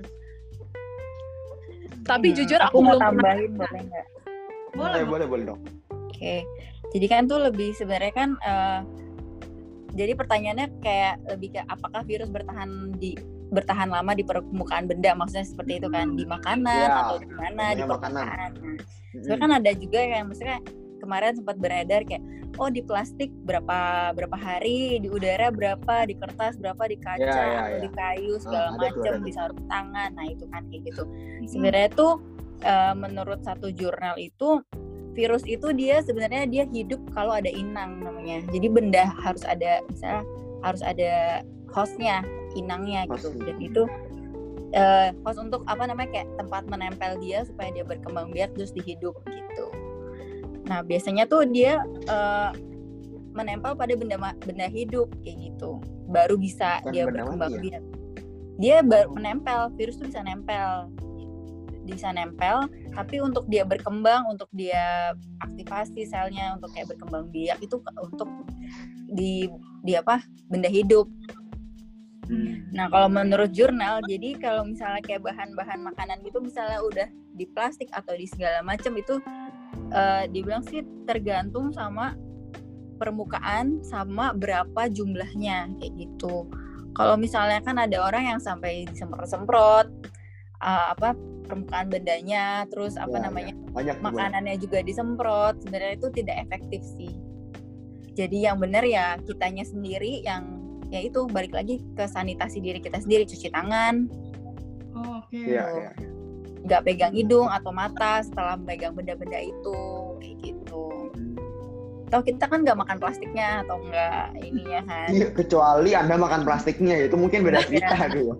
Tapi Hmm, jujur Aku aku mau belum pernah. tambahin boleh nggak? Boleh, Eh, boleh boleh dong. Oke, jadi kan tuh lebih sebenarnya kan, uh, jadi pertanyaannya kayak lebih ke apakah virus bertahan di bertahan lama di permukaan benda, maksudnya seperti itu kan, di makanan Ya, atau di mana, di namanya makanan. permukaan. Nah, Mm-mm. sebenarnya kan ada juga yang maksudnya kemarin sempat beredar kayak oh di plastik berapa berapa hari, di udara berapa, di kertas berapa, di kaca Ya, ya, atau ya. di kayu segala Ah, ada tuh, macam, ada tuh. di sarung tangan. Nah itu kan kayak gitu. Sebenarnya tuh uh, menurut satu jurnal itu virus itu dia sebenarnya dia hidup kalau ada inang namanya. Jadi benda harus ada, misalnya harus ada hostnya, inangnya gitu. Hostnya. Dan itu uh, host untuk apa namanya kayak tempat menempel dia supaya dia berkembang biak terus dihidup gitu. Nah biasanya tuh dia uh, menempel pada benda benda hidup kayak gitu, baru bisa Bukan dia benda berkembang mati ya? biak. Dia baru menempel, virus tuh bisa nempel, bisa nempel. Tapi untuk dia berkembang, untuk dia aktivasi selnya, untuk kayak berkembang biak itu untuk di di apa benda hidup. Hmm. Nah kalau menurut jurnal, jadi kalau misalnya kayak bahan-bahan makanan gitu, misalnya udah di plastik atau di segala macam itu uh, dibilang sih tergantung sama permukaan sama berapa jumlahnya kayak gitu. Kalau misalnya kan ada orang yang sampai disemprot-semprot uh, apa permukaan bendanya, terus apa Ya, namanya ya. Banyak tuh, makanannya juga disemprot, sebenarnya itu tidak efektif sih. Jadi yang benar ya kitanya sendiri yang ya itu balik lagi ke sanitasi diri kita sendiri, cuci tangan, Oh, oke. Iya, iya. nggak pegang hidung atau mata setelah megang benda-benda itu kayak gitu. Atau kita kan nggak makan plastiknya atau nggak ininya kan. Iya, kecuali Anda makan plastiknya, itu mungkin beda cerita gitu.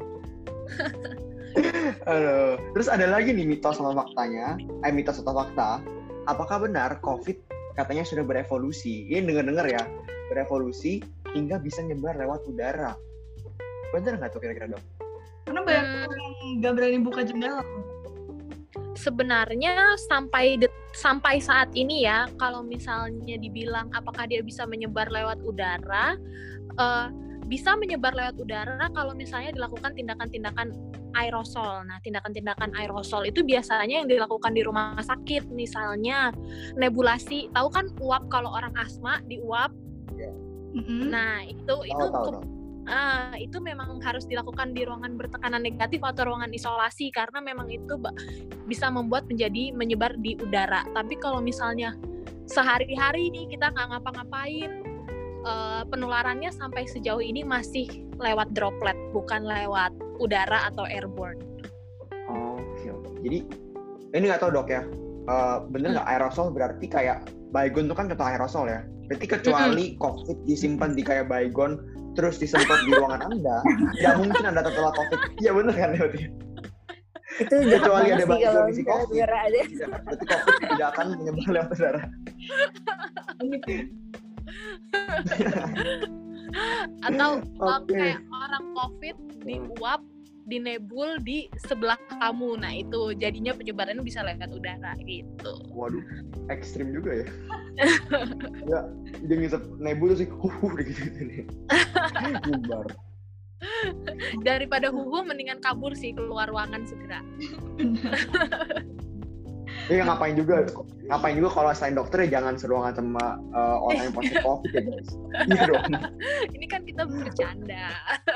Aduh. Terus ada lagi nih mitos sama faktanya, eh mitos atau fakta. Apakah benar COVID katanya sudah berevolusi? Ini dengar-dengar ya, berevolusi hingga bisa nyebar lewat udara. Benar nggak tuh kira-kira dok? Karena banyak Hmm. orang yang nggak berani buka jendela. Sebenarnya sampai de- sampai saat ini ya, kalau misalnya dibilang apakah dia bisa menyebar lewat udara, uh, bisa menyebar lewat udara kalau misalnya dilakukan tindakan-tindakan aerosol. Nah, tindakan-tindakan aerosol itu biasanya yang dilakukan di rumah sakit, misalnya nebulasi. Tahu kan uap kalau orang asma diuap. Mm-mm. Nah, itu itu Tahu, tahu, ke- tahu. Ah, itu memang harus dilakukan di ruangan bertekanan negatif atau ruangan isolasi karena memang itu ba- bisa membuat menjadi menyebar di udara. Tapi kalau misalnya sehari-hari nih kita nggak ngapa-ngapain, eh, penularannya sampai sejauh ini masih lewat droplet, bukan lewat udara atau airborne. Oh, oke, oke. Jadi ini nggak tahu dok ya, Eh, bener nggak aerosol berarti kayak baygon itu kan contoh aerosol ya. Berarti kecuali COVID disimpan di kayak baygon terus disemprot di ruangan Anda, nggak mungkin Anda tertular COVID. Iya bener kan berarti? Itu jahat Kecuali banget ada sih baygon kalau isi misalnya COVID. udara ada. Tidak, berarti COVID tidak akan menyebar lewat udara. Atau uh, Oke. kayak orang COVID diuap, dinebul di sebelah kamu. Nah, itu jadinya penyebarannya bisa lewat udara gitu. Waduh, ekstrim juga ya. Ya, dia ngisep nebul sih, huh, gitu nih. Nyebar. Daripada huhu mendingan kabur sih keluar ruangan segera. Iya ngapain juga, ngapain juga kalau selain dokter ya jangan seruangan sama uh, orang yang positif COVID ya guys. Iya dong. Ini kan kita bercanda.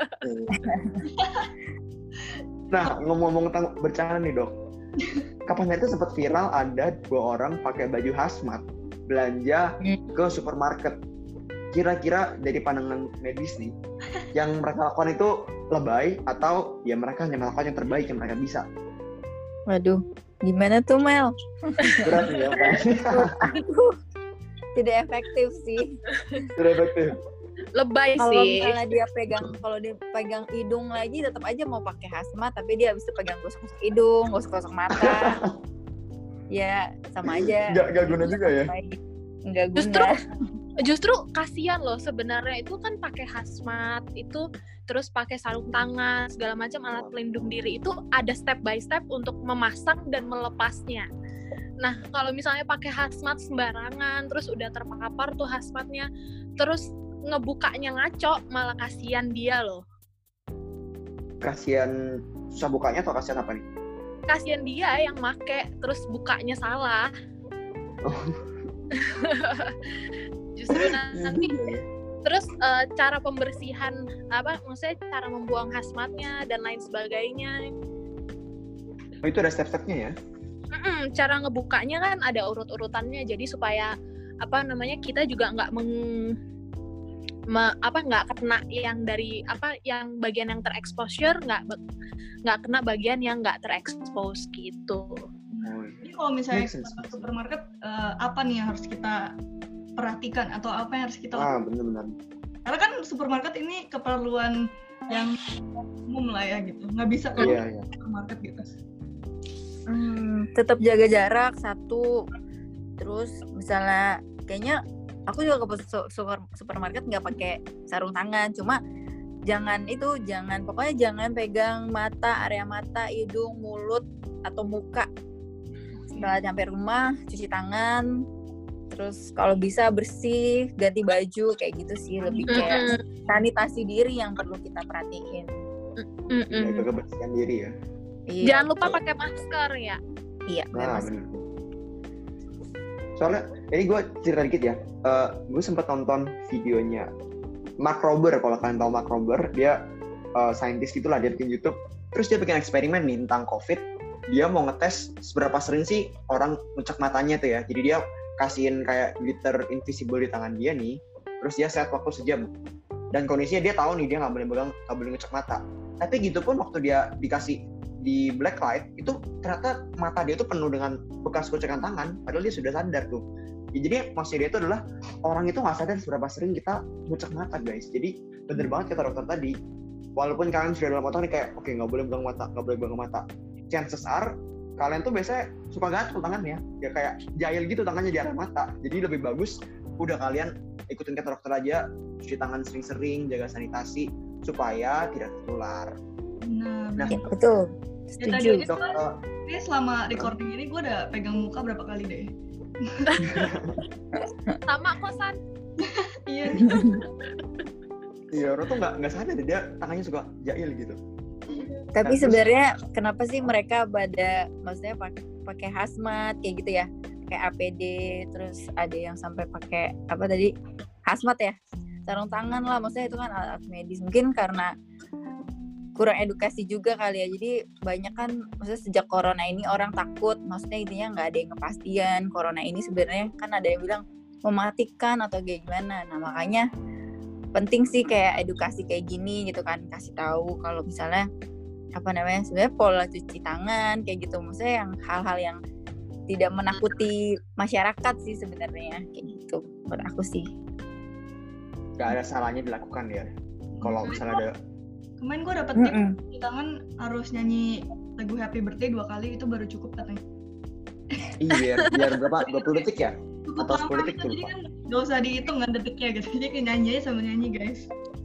Nah ngomong-ngomong tentang bercanda nih dok, kapan itu sempat viral ada dua orang pakai baju hazmat belanja ke supermarket. Kira-kira dari pandangan medis nih, yang mereka lakukan itu lebay atau ya mereka hanya melakukan yang terbaik yang mereka bisa? Waduh, gimana tuh Mel? Berat nih ya kan? Aduh, tidak efektif sih. Sudah efektif. Lebay Kalau sih. misalnya dia pegang, kalau dia pegang hidung lagi, tetap aja mau pakai hazmat, tapi dia habis itu pegang gosok-gosok hidung, gosok-gosok mata. Ya sama aja. Nggak, nggak guna juga ya? Nggak guna. Justru justru kasihan loh sebenarnya, itu kan pakai hazmat itu terus pakai sarung tangan segala macam alat pelindung diri, itu ada step by step untuk memasang dan melepasnya. Nah kalau misalnya pakai hazmat sembarangan terus udah terpapar tuh hazmatnya terus ngebukanya ngaco, malah kasihan dia loh. Kasihan susah bukanya atau kasihan apa nih? Kasihan dia yang make terus bukanya salah. Oh. Justru nanti terus uh, cara pembersihan apa maksudnya cara membuang hazmatnya dan lain sebagainya. Oh, itu ada step-stepnya ya? Mm-mm, cara ngebukanya kan ada urut-urutannya, jadi supaya apa namanya kita juga nggak meng me, apa nggak kena yang dari apa yang bagian yang terexposure nggak nggak kena bagian yang nggak terekspos gitu. Jadi kalau misalnya ke supermarket uh, apa nih yang harus kita perhatikan atau apa yang harus kita lakukan? Ah, benar-benar. Karena kan supermarket ini keperluan yang umum lah ya gitu, nggak bisa kalau yeah, yeah. supermarket gitu. Hmm, tetap jaga jarak satu, terus misalnya kayaknya aku juga ke super, supermarket nggak pakai sarung tangan, cuma jangan itu jangan pokoknya jangan pegang mata, area mata, hidung, mulut atau muka. Setelah sampai rumah cuci tangan, terus kalau bisa bersih, ganti baju kayak gitu sih, lebih kayak sanitasi diri yang perlu kita perhatiin. Mm-hmm. Itu kebersihan diri ya. Iya, jangan lupa pakai masker ya. Iya, nah, benar. Soalnya ini gue cerita dikit ya. Uh, gue sempat nonton videonya Mark Rober, kalau kalian tahu Mark Rober, dia uh, saintis gitulah, dia bikin YouTube. Terus dia bikin eksperimen nih tentang COVID. Dia mau ngetes seberapa sering sih orang ngucek matanya tuh ya. Jadi dia kasihin kayak glitter invisible di tangan dia nih. Terus dia set waktu sejam. Dan kondisinya dia tahu nih dia nggak boleh pegang, nggak boleh ngecek mata. Tapi gitu pun waktu dia dikasih di black light itu ternyata mata dia tuh penuh dengan bekas kocekan tangan, padahal dia sudah sadar tuh. Ya, jadi maksudnya dia itu adalah orang itu nggak sadar seberapa sering kita ngecek mata guys. Jadi bener banget kata dokter tadi. Walaupun kalian sudah dalam otak nih kayak oke okay, nggak boleh pegang mata, nggak boleh pegang mata. Chances are kalian tuh biasanya suka gatel tangannya, ya kayak jahil gitu tangannya di arah mata. Jadi lebih bagus udah kalian ikutin kata dokter aja, cuci tangan sering-sering, jaga sanitasi supaya tidak tertular. Nah, nah ya, betul. Ya, tadi aja kan, ini selama recording ini gue udah pegang muka berapa kali deh. Sama kosan. Iya. Iya, orang tuh nggak nggak sadar dia tangannya suka jahil gitu. Tapi nah, sebenarnya kenapa sih mereka pada maksudnya pakai pakai hazmat kayak gitu ya, kayak A P D, terus ada yang sampai pakai apa tadi hazmat ya, sarung tangan lah, maksudnya itu kan alat medis. Mungkin karena kurang edukasi juga kali ya, jadi banyak kan maksudnya sejak corona ini orang takut, maksudnya intinya nggak ada yang kepastian corona ini sebenarnya kan ada yang bilang mematikan atau kayak gimana. Nah makanya penting sih kayak edukasi kayak gini gitu kan, kasih tahu kalau misalnya apa namanya sebenarnya pola cuci tangan kayak gitu, maksudnya yang hal-hal yang tidak menakuti masyarakat sih sebenarnya kayak gitu menurut aku sih. Gak ada salahnya dilakukan ya kalau misalnya ada. Kemarin gue dapet tip cuci tangan harus nyanyi lagu Happy Birthday dua kali, itu baru cukup katanya. Iya, biar, biar berapa? dua puluh detik ya? Cukup atau sepuluh detik tuh, jadi kan gak usah dihitung kan detiknya gitu, jadi kayak nyanyi aja sama nyanyi guys.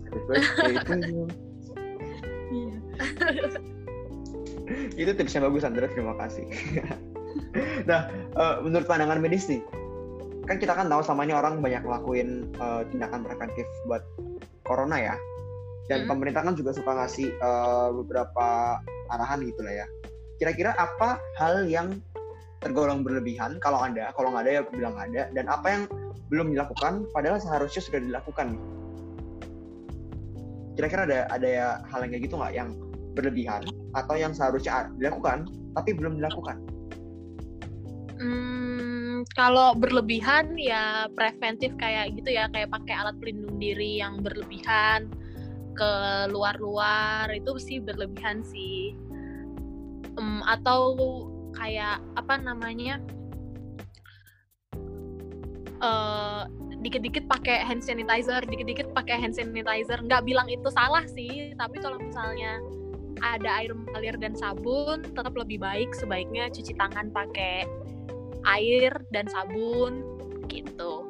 Iya. Itu tipsnya bagus Andrea, terima kasih. Nah, uh, menurut pandangan medis nih, kan kita kan tahu selama ini orang banyak ngelakuin uh, tindakan preventif buat corona ya, dan hmm. pemerintah kan juga suka ngasih uh, beberapa arahan gitu lah ya. Kira-kira apa hal yang tergolong berlebihan kalau ada, kalau nggak ada ya bilang ada, dan apa yang belum dilakukan padahal seharusnya sudah dilakukan nih? Kira-kira ada ada ya hal yang kayak gitu nggak yang berlebihan atau yang seharusnya dilakukan tapi belum dilakukan? Hmm, kalau berlebihan ya preventif kayak gitu ya, kayak pakai alat pelindung diri yang berlebihan ke luar-luar itu sih berlebihan sih. Um, atau kayak apa namanya uh, dikit-dikit pakai hand sanitizer, dikit-dikit pakai hand sanitizer. Nggak bilang itu salah sih, tapi kalau misalnya ada air mengalir dan sabun, tetap lebih baik sebaiknya cuci tangan pakai air dan sabun gitu.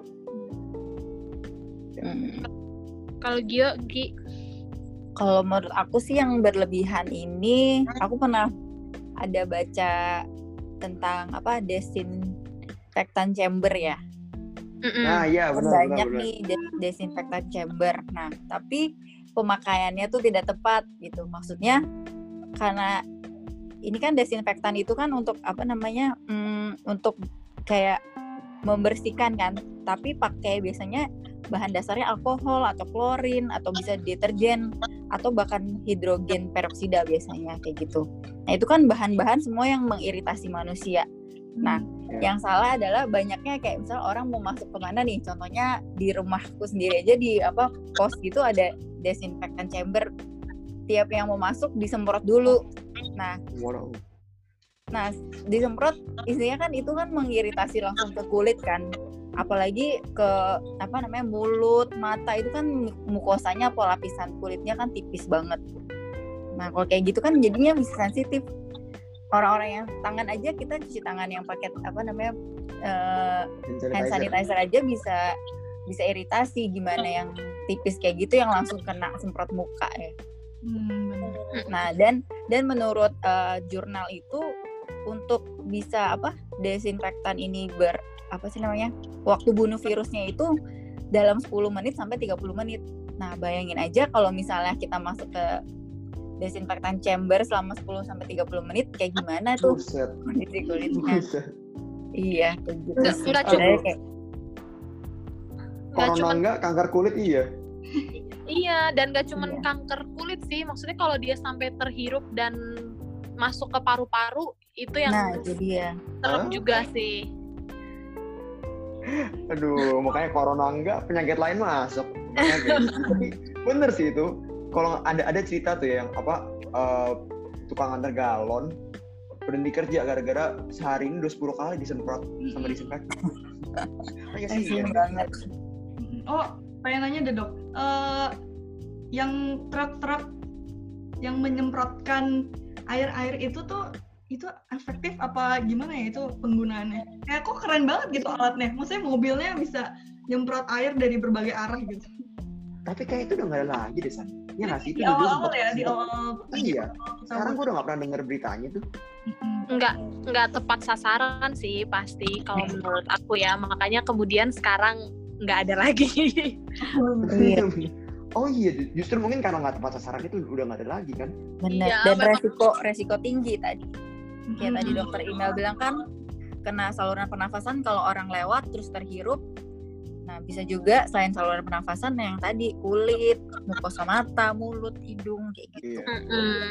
Hmm. Kalau Gio, Gi? Kalau menurut aku sih yang berlebihan ini, aku pernah ada baca tentang apa desinfektan chamber ya. Mm-mm. Nah, iya benar, banyak benar, nih benar. desinfektan chamber. Nah, tapi pemakaiannya tuh tidak tepat gitu. Maksudnya karena ini kan desinfektan itu kan untuk apa namanya? Hmm, untuk kayak membersihkan kan. Tapi pakai biasanya bahan dasarnya alkohol atau klorin atau bisa deterjen atau bahkan hidrogen peroksida biasanya kayak gitu. Nah, itu kan bahan-bahan semua yang mengiritasi manusia. Nah, Yang salah adalah banyaknya kayak misalnya orang mau masuk kemana nih, contohnya di rumahku sendiri aja di apa kos gitu ada desinfektan chamber, tiap yang mau masuk disemprot dulu. Nah, Wow. nah disemprot istilahnya kan itu kan mengiritasi langsung ke kulit kan, apalagi ke apa namanya mulut, mata itu kan mukosanya atau lapisan kulitnya kan tipis banget. Nah kalau kayak gitu kan jadinya bisa sensitif. Orang-orang yang tangan aja kita cuci tangan yang pakai apa namanya uh, hand sanitizer aja bisa bisa iritasi, gimana yang tipis kayak gitu yang langsung kena semprot muka ya. Hmm, benar. Nah dan dan menurut uh, jurnal itu untuk bisa apa desinfektan ini ber apa sih namanya waktu bunuh virusnya itu dalam sepuluh menit sampai tiga puluh menit. Nah bayangin aja kalau misalnya kita masuk ke desinfektan chamber selama sepuluh sampai tiga puluh menit kayak gimana tuh kondisi kulitnya. Iya kayak gitu. Enggak cuma kayak Nggak corona cuman, enggak, kanker kulit iya. Iya, dan gak cuma Iya. kanker kulit sih. Maksudnya kalau dia sampai terhirup dan masuk ke paru-paru, itu yang nah itu dia. serem Hah? juga sih. Aduh, makanya corona enggak, penyakit lain masuk. Tapi bener sih itu. Kalau ada ada cerita tuh ya, yang apa uh, tukang antar galon berhenti kerja gara-gara sehari ini udah sepuluh kali disemprot sama disinfektan. Kayak sih. Kasian banget. Oh, pengen nanya deh dok, uh, yang truk-truk yang menyemprotkan air-air itu tuh itu efektif apa gimana ya itu penggunaannya? Kayak kok keren banget gitu alatnya. Maksudnya mobilnya bisa nyemprot air dari berbagai arah gitu. Tapi kayak itu udah nggak ada lagi deh San. Ya nggak sih itu Di dulu awal-awal sempet- ya, di sempet- awal. Iya. Sekarang gue udah nggak pernah denger beritanya tuh. Nggak, nggak tepat sasaran sih pasti kalau menurut aku ya. Makanya kemudian sekarang nggak ada lagi. Iya. Oh iya, justru mungkin karena nggak tepat sasaran itu udah nggak ada lagi kan? Benar. Iya, Dan memang. resiko resiko tinggi tadi. Kayak tadi dokter email bilang kan kena saluran pernafasan kalau orang lewat terus terhirup. Nah bisa juga selain saluran pernafasan yang tadi kulit, mukosa mata, mulut, hidung kayak gitu. Iya. Mm-mm.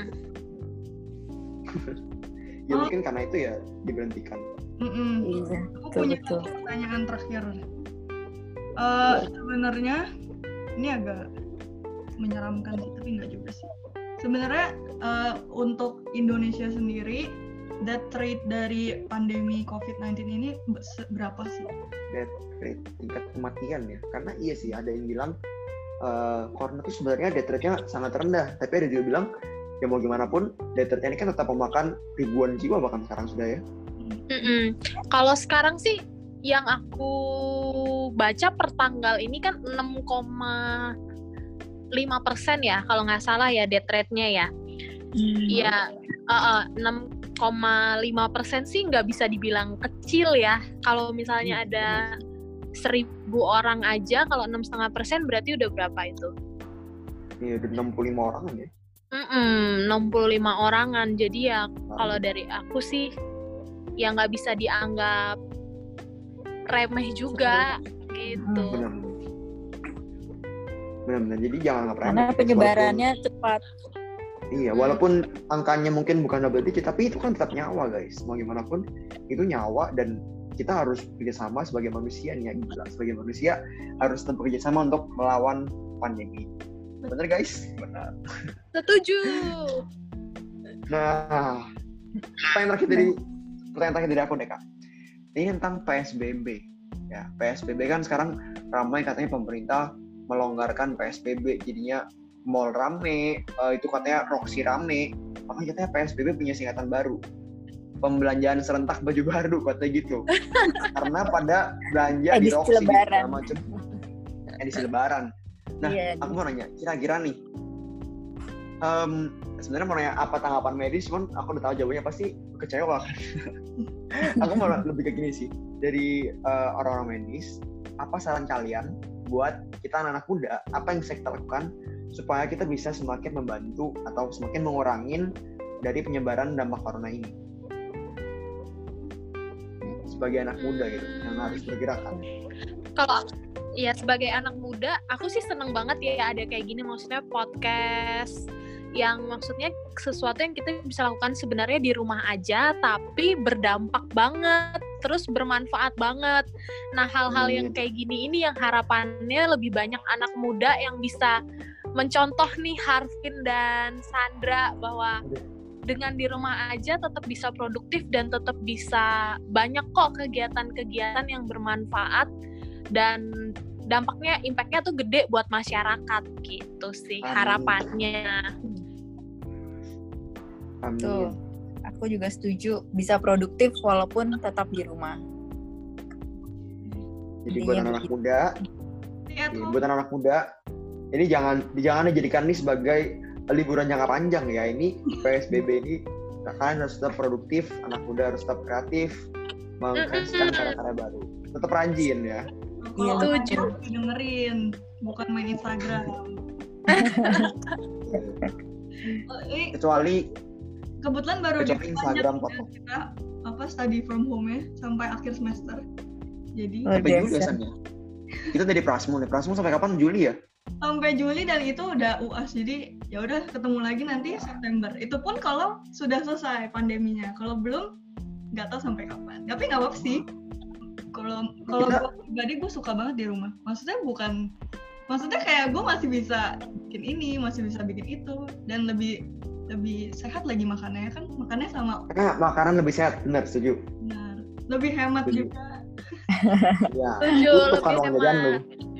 Ya mungkin karena itu ya diberhentikan. Mm-mm. Iya. Aku Betul, punya betul. pertanyaan terakhir. Uh, sebenarnya ini agak menyeramkan sih, tapi nggak juga sih. Sebenarnya uh, untuk Indonesia sendiri, death rate dari pandemi covid sembilan belas ini be- berapa sih? Death rate, tingkat kematian ya. Karena iya sih ada yang bilang uh, corona itu sebenarnya death rate-nya sangat rendah. Tapi ada juga bilang ya mau gimana pun death rate-nya ini kan tetap memakan ribuan jiwa bahkan sekarang sudah ya. Mm-mm. Kalau sekarang sih yang aku baca per tanggal ini kan enam koma lima persen ya kalau nggak salah ya death rate-nya ya. Iya, uh, uh, enam koma lima persen sih nggak bisa dibilang kecil ya. Kalau misalnya ada seribu orang aja, kalau enam koma lima persen berarti udah berapa itu? Iya, udah enam puluh lima orangan ya. Mm-mm, enam puluh lima orangan. Jadi ya kalau dari aku sih ya nggak bisa dianggap remeh juga gitu. Benar. Benar-benar. Jadi jangan nggak remeh. Karena penyebarannya cepat. Iya, walaupun angkanya mungkin bukan double digit, tapi itu kan tetap nyawa guys. Mau gimana pun itu nyawa dan kita harus bekerjasama sebagai manusia nih ya. Gila. Sebagai manusia harus tetap bekerjasama untuk melawan pandemi. Bener guys? Benar. Setuju. Nah, pertanyaan terakhir dari pertanyaan terakhir dari aku deh Kak. Ini tentang P S B B. Ya, P S B B kan sekarang ramai katanya pemerintah melonggarkan P S B B, jadinya mall rame, uh, itu katanya Roxy rame, makanya katanya P S B B punya singkatan baru, pembelanjaan serentak baju baru katanya gitu, karena pada belanja di Edisi Roxy lebaran. segala macam, edisi lebaran. Nah, Iya, aku mau nanya, kira-kira nih, um, sebenarnya mau nanya apa tanggapan medis, cuman aku udah tahu jawabannya pasti kecewa kan. Aku mau lebih ke gini sih, dari uh, orang-orang medis, apa saran kalian buat kita anak-anak muda, apa yang bisa kita lakukan supaya kita bisa semakin membantu atau semakin mengurangin dari penyebaran dampak corona ini sebagai anak muda gitu yang harus bergerak kan. Kalau ya sebagai anak muda, aku sih seneng banget ya ada kayak gini, maksudnya podcast yang maksudnya sesuatu yang kita bisa lakukan sebenarnya di rumah aja tapi berdampak banget terus bermanfaat banget. Nah, hal-hal yang kayak gini ini yang harapannya lebih banyak anak muda yang bisa mencontoh nih Harvin dan Sandra bahwa dengan di rumah aja tetap bisa produktif dan tetap bisa banyak kok kegiatan-kegiatan yang bermanfaat dan dampaknya, impact-nya tuh gede buat masyarakat gitu sih. Amin. Harapannya. Amin. Tuh, aku juga setuju bisa produktif walaupun tetap di rumah. Jadi buat anak-anak muda, ya, buat anak-anak muda, ini jangan jangan dijadikan ini sebagai liburan jangka panjang ya. Ini P S B B ini kalian harus tetap produktif, anak muda harus tetap kreatif, mengkreasikan karya-karya baru. Tetap rajin ya. Kalau setuju, dengerin, bukan main Instagram. Kecuali kebetulan baru kecuali Instagram ya, kita apa study from home ya sampai akhir semester. Jadi sampai Juli ya. Kita dari Prasmu nih. Prasmu sampai kapan? Juli ya? Sampai Juli dan itu udah U A S. Jadi ya udah ketemu lagi nanti September. Itu pun kalau sudah selesai pandeminya. Kalau belum nggak tahu sampai kapan. Tapi nggak apa-apa sih. Kalau kalau gue pribadi gue suka banget di rumah. Maksudnya bukan, maksudnya kayak gue masih bisa bikin ini, masih bisa bikin itu, dan lebih lebih sehat lagi makanannya kan, makannya sama. Karena makanan lebih sehat, benar setuju. Benar, lebih hemat setuju. juga. Ya, setuju, lebih hemat. Lu.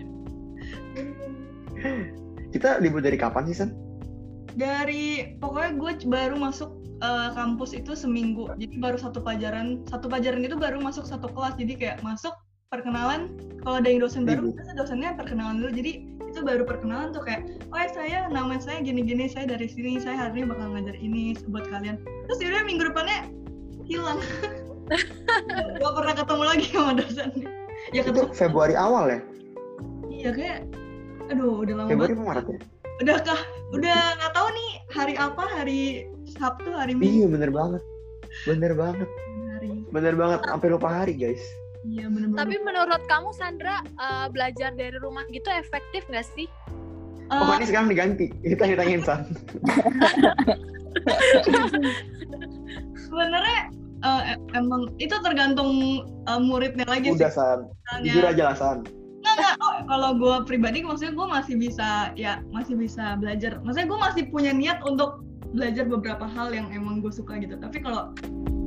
Kita libur dari kapan sih, San? Dari pokoknya gue baru masuk uh, kampus itu seminggu, jadi baru satu pelajaran satu pelajaran itu baru masuk satu kelas, jadi kayak masuk perkenalan, kalau ada yang dosen baru biasanya dosennya perkenalan dulu, jadi itu baru perkenalan tuh kayak, oh ya saya nama saya gini-gini, saya dari sini, saya hari ini bakal ngajar ini buat kalian, terus udah minggu depannya hilang. Gak pernah ketemu lagi sama dosennya. Ya ketemu itu Februari awal ya? Iya kayak, aduh udah lama Februari banget. Maret ya? Udah kah? Udah nggak tahu nih hari apa, hari Sabtu, hari Minggu. Iya bener banget, bener banget, hari. bener banget, sampai lupa hari guys. Iya bener banget. Tapi menurut kamu Sandra, uh, belajar dari rumah gitu efektif nggak sih? Uh, oh ini sekarang diganti, kita ditanyain San. Sebenarnya uh, emang itu tergantung uh, muridnya lagi. Udah sih. San, Misalnya, jujur aja lah San. Nggak, nggak. Oh, kalau gue pribadi maksudnya gue masih bisa ya masih bisa belajar. Maksudnya gue masih punya niat untuk belajar beberapa hal yang emang gue suka gitu. Tapi kalau